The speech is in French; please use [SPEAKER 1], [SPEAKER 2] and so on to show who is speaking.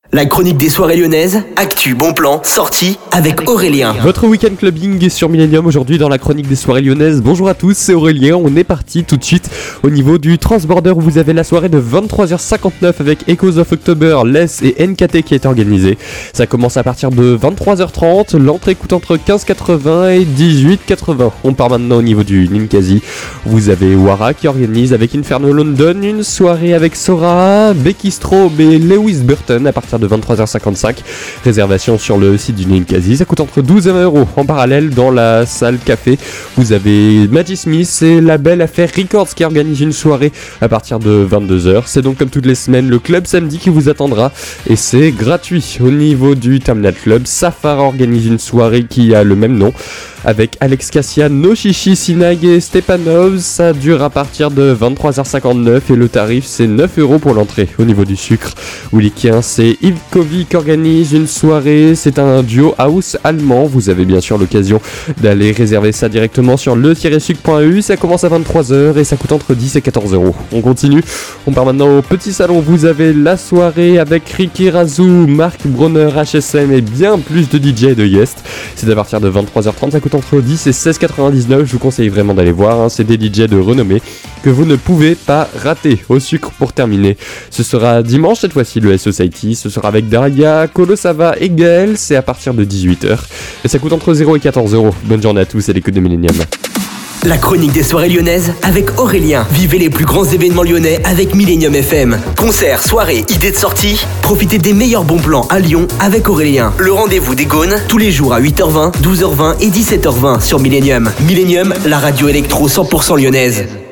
[SPEAKER 1] La chronique des soirées lyonnaises, actu, bon plan, sortie avec Aurélien.
[SPEAKER 2] Votre week-end clubbing est sur Millennium aujourd'hui dans la chronique des soirées lyonnaises. Bonjour à tous, c'est Aurélien. On est parti tout de suite au niveau du Transborder où vous avez la soirée de 23h59 avec Echoes of October, Les et NKT qui est organisée. Ça commence à partir de 23h30. L'entrée coûte entre 15,80 et 18,80. On part maintenant au niveau du Ninkasi. Vous avez Wara qui organise avec Inferno London une soirée avec Sora, Becky Straub et Lewis Burton à partir de 23h55. Réservation sur le site du Ninkasi, ça coûte entre 12 et 20 euros. En parallèle, dans la salle café, vous avez Maggie Smith et la belle affaire Records qui organise une soirée à partir de 22h. C'est donc comme toutes les semaines le club samedi qui vous attendra et c'est gratuit. Au niveau du Terminal Club, Safar organise une soirée qui a le même nom avec Alex Cassia, Noshishi, Sinag et Stepanov. Ça dure à partir de 23h59 et le tarif c'est 9 euros pour l'entrée. Au niveau du sucre, Willikien, c'est Yves Covey qui organise une soirée. C'est un duo house allemand. Vous avez bien sûr l'occasion d'aller réserver ça directement sur le-sucre.eu. Ça commence à 23h et ça coûte entre 10 et 14 euros. On continue. On part maintenant au petit salon. Vous avez la soirée avec Ricky Razou, Marc Bronner, HSM et bien plus de DJ et de Yest. C'est à partir de 23h30. Ça coûte entre 10 et 16,99. Je vous conseille vraiment d'aller voir. C'est des DJ de renommée que vous ne pouvez pas rater. Au sucre pour terminer. Ce sera dimanche cette fois-ci le S-Society. Ce sera avec Daria, Kolosava et Gaël. C'est à partir de 18h. Et ça coûte entre 0 et 14 euros. Bonne journée à tous et l'écoute de Millennium.
[SPEAKER 1] La chronique des soirées lyonnaises avec Aurélien. Vivez les plus grands événements lyonnais avec Millennium FM. Concerts, soirées, idées de sortie. Profitez des meilleurs bons plans à Lyon avec Aurélien. Le rendez-vous des Gaunes, tous les jours à 8h20, 12h20 et 17h20 sur Millennium. Millennium, la radio électro 100% lyonnaise.